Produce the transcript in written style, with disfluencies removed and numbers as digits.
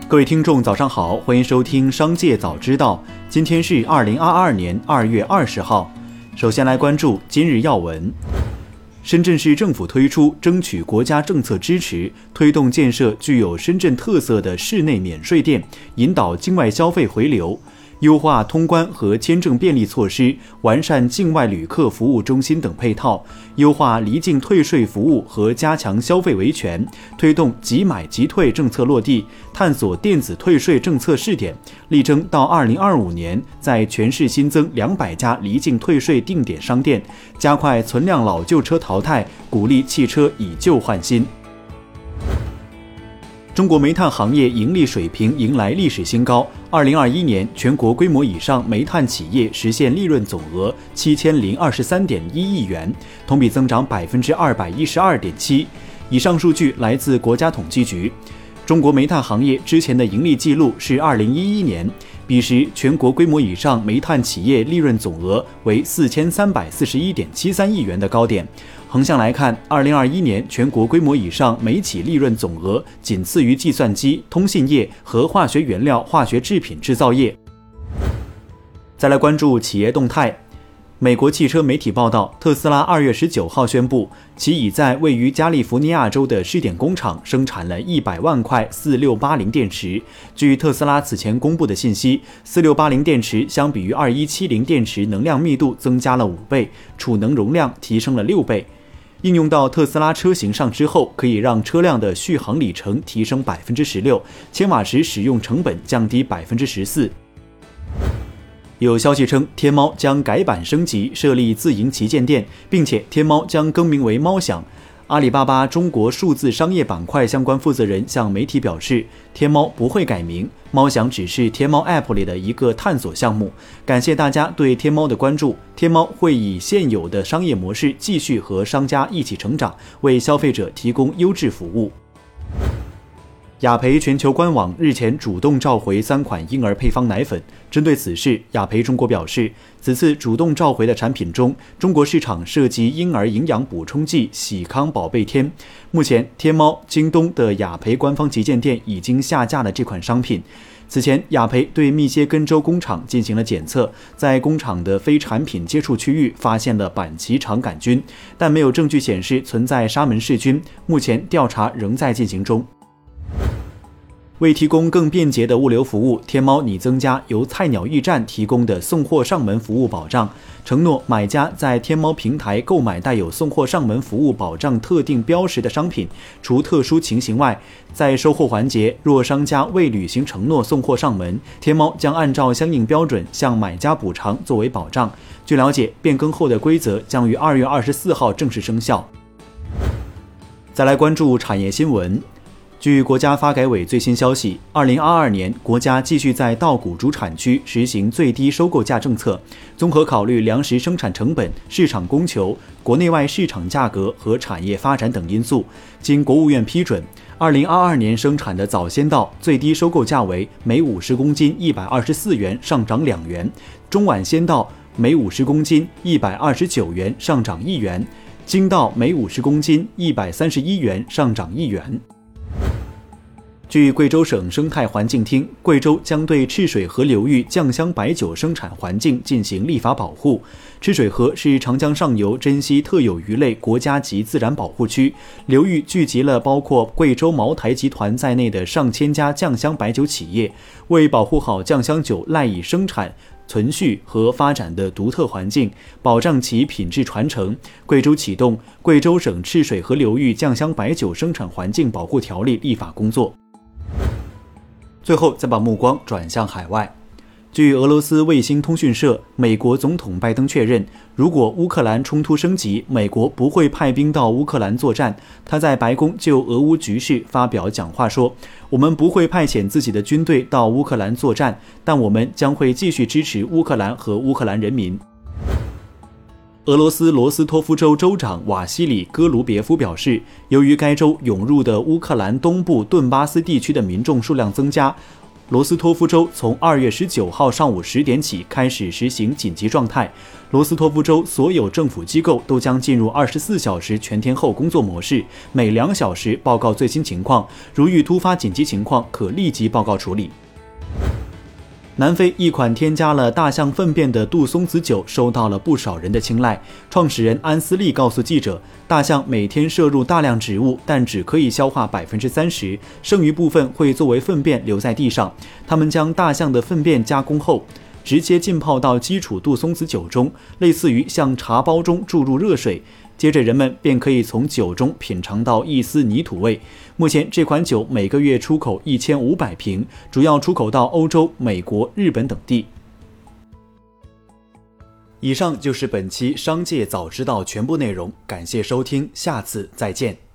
各位听众早上好，欢迎收听商界早知道，今天是2022年2月20号。首先来关注今日要闻。深圳市政府推出争取国家政策支持，推动建设具有深圳特色的室内免税店，引导境外消费回流，优化通关和签证便利措施，完善境外旅客服务中心等配套，优化离境退税服务和加强消费维权，推动即买即退政策落地，探索电子退税政策试点，力争到2025年在全市新增200家离境退税定点商店，加快存量老旧车淘汰，鼓励汽车以旧换新。中国煤炭行业盈利水平迎来历史新高，2021年全国规模以上煤炭企业实现利润总额7023.1亿元，同比增长212.7%。以上数据来自国家统计局。中国煤炭行业之前的盈利记录是2011年，彼时全国规模以上煤炭企业利润总额为4341.73亿元的高点。横向来看，2021年全国规模以上煤企利润总额仅次于计算机、通信业和化学原料、化学制品制造业。再来关注企业动态。美国汽车媒体报道，特斯拉2月19号宣布，其已在位于加利福尼亚州的试点工厂生产了100万块4680电池。据特斯拉此前公布的信息，4680电池相比于2170电池能量密度增加了5倍，储能容量提升了6倍。应用到特斯拉车型上之后，可以让车辆的续航里程提升16%，千瓦时使用成本降低14%。有消息称，天猫将改版升级，设立自营旗舰店，并且天猫将更名为猫享。阿里巴巴中国数字商业板块相关负责人向媒体表示，天猫不会改名，猫享只是天猫 App 里的一个探索项目。感谢大家对天猫的关注，天猫会以现有的商业模式继续和商家一起成长，为消费者提供优质服务。雅培全球官网日前主动召回3款婴儿配方奶粉。针对此事，雅培中国表示，此次主动召回的产品中，中国市场涉及婴儿营养补充剂喜康宝贝天。目前，天猫、京东的雅培官方旗舰店已经下架了这款商品。此前，雅培对密歇根州工厂进行了检测，在工厂的非产品接触区域发现了板崎肠杆菌，但没有证据显示存在沙门氏菌，目前调查仍在进行中。为提供更便捷的物流服务，天猫拟增加由菜鸟驿站提供的送货上门服务保障，承诺买家在天猫平台购买带有送货上门服务保障特定标识的商品，除特殊情形外，在收货环节若商家未履行承诺送货上门，天猫将按照相应标准向买家补偿作为保障。据了解，变更后的规则将于2月24号正式生效。再来关注产业新闻。据国家发改委最新消息，2022年国家继续在稻谷主产区实行最低收购价政策，综合考虑粮食生产成本、市场供求、国内外市场价格和产业发展等因素，经国务院批准，2022年生产的早先稻最低收购价为每50公斤124元，上涨2元；中晚先稻每50公斤129元，上涨1元；精稻每50公斤131元，上涨1元。据贵州省生态环境厅，贵州将对赤水河流域酱香白酒生产环境进行立法保护。赤水河是长江上游珍稀特有鱼类国家级自然保护区，流域聚集了包括贵州茅台集团在内的上千家酱香白酒企业。为保护好酱香酒赖以生产、存续和发展的独特环境，保障其品质传承，贵州启动《贵州省赤水河流域酱香白酒生产环境保护条例》立法工作。最后再把目光转向海外。据俄罗斯卫星通讯社，美国总统拜登确认，如果乌克兰冲突升级，美国不会派兵到乌克兰作战。他在白宫就俄乌局势发表讲话说，我们不会派遣自己的军队到乌克兰作战，但我们将会继续支持乌克兰和乌克兰人民。俄罗斯罗斯托夫州州长瓦西里·戈卢别夫表示，由于该州涌入的乌克兰东部顿巴斯地区的民众数量增加， 罗斯托夫州从2月19号上午10点起开始实行紧急状态。罗斯托夫州所有政府机构都将进入24小时全天候工作模式，每2小时报告最新情况，如遇突发紧急情况，可立即报告处理。南非一款添加了大象粪便的杜松子酒受到了不少人的青睐。创始人安斯利告诉记者，大象每天摄入大量植物，但只可以消化30%，剩余部分会作为粪便留在地上。他们将大象的粪便加工后，直接浸泡到基础杜松子酒中，类似于向茶包中注入热水。接着人们便可以从酒中品尝到一丝泥土味。目前这款酒每个月出口1500瓶，主要出口到欧洲、美国、日本等地。以上就是本期商界早知道全部内容，感谢收听，下次再见。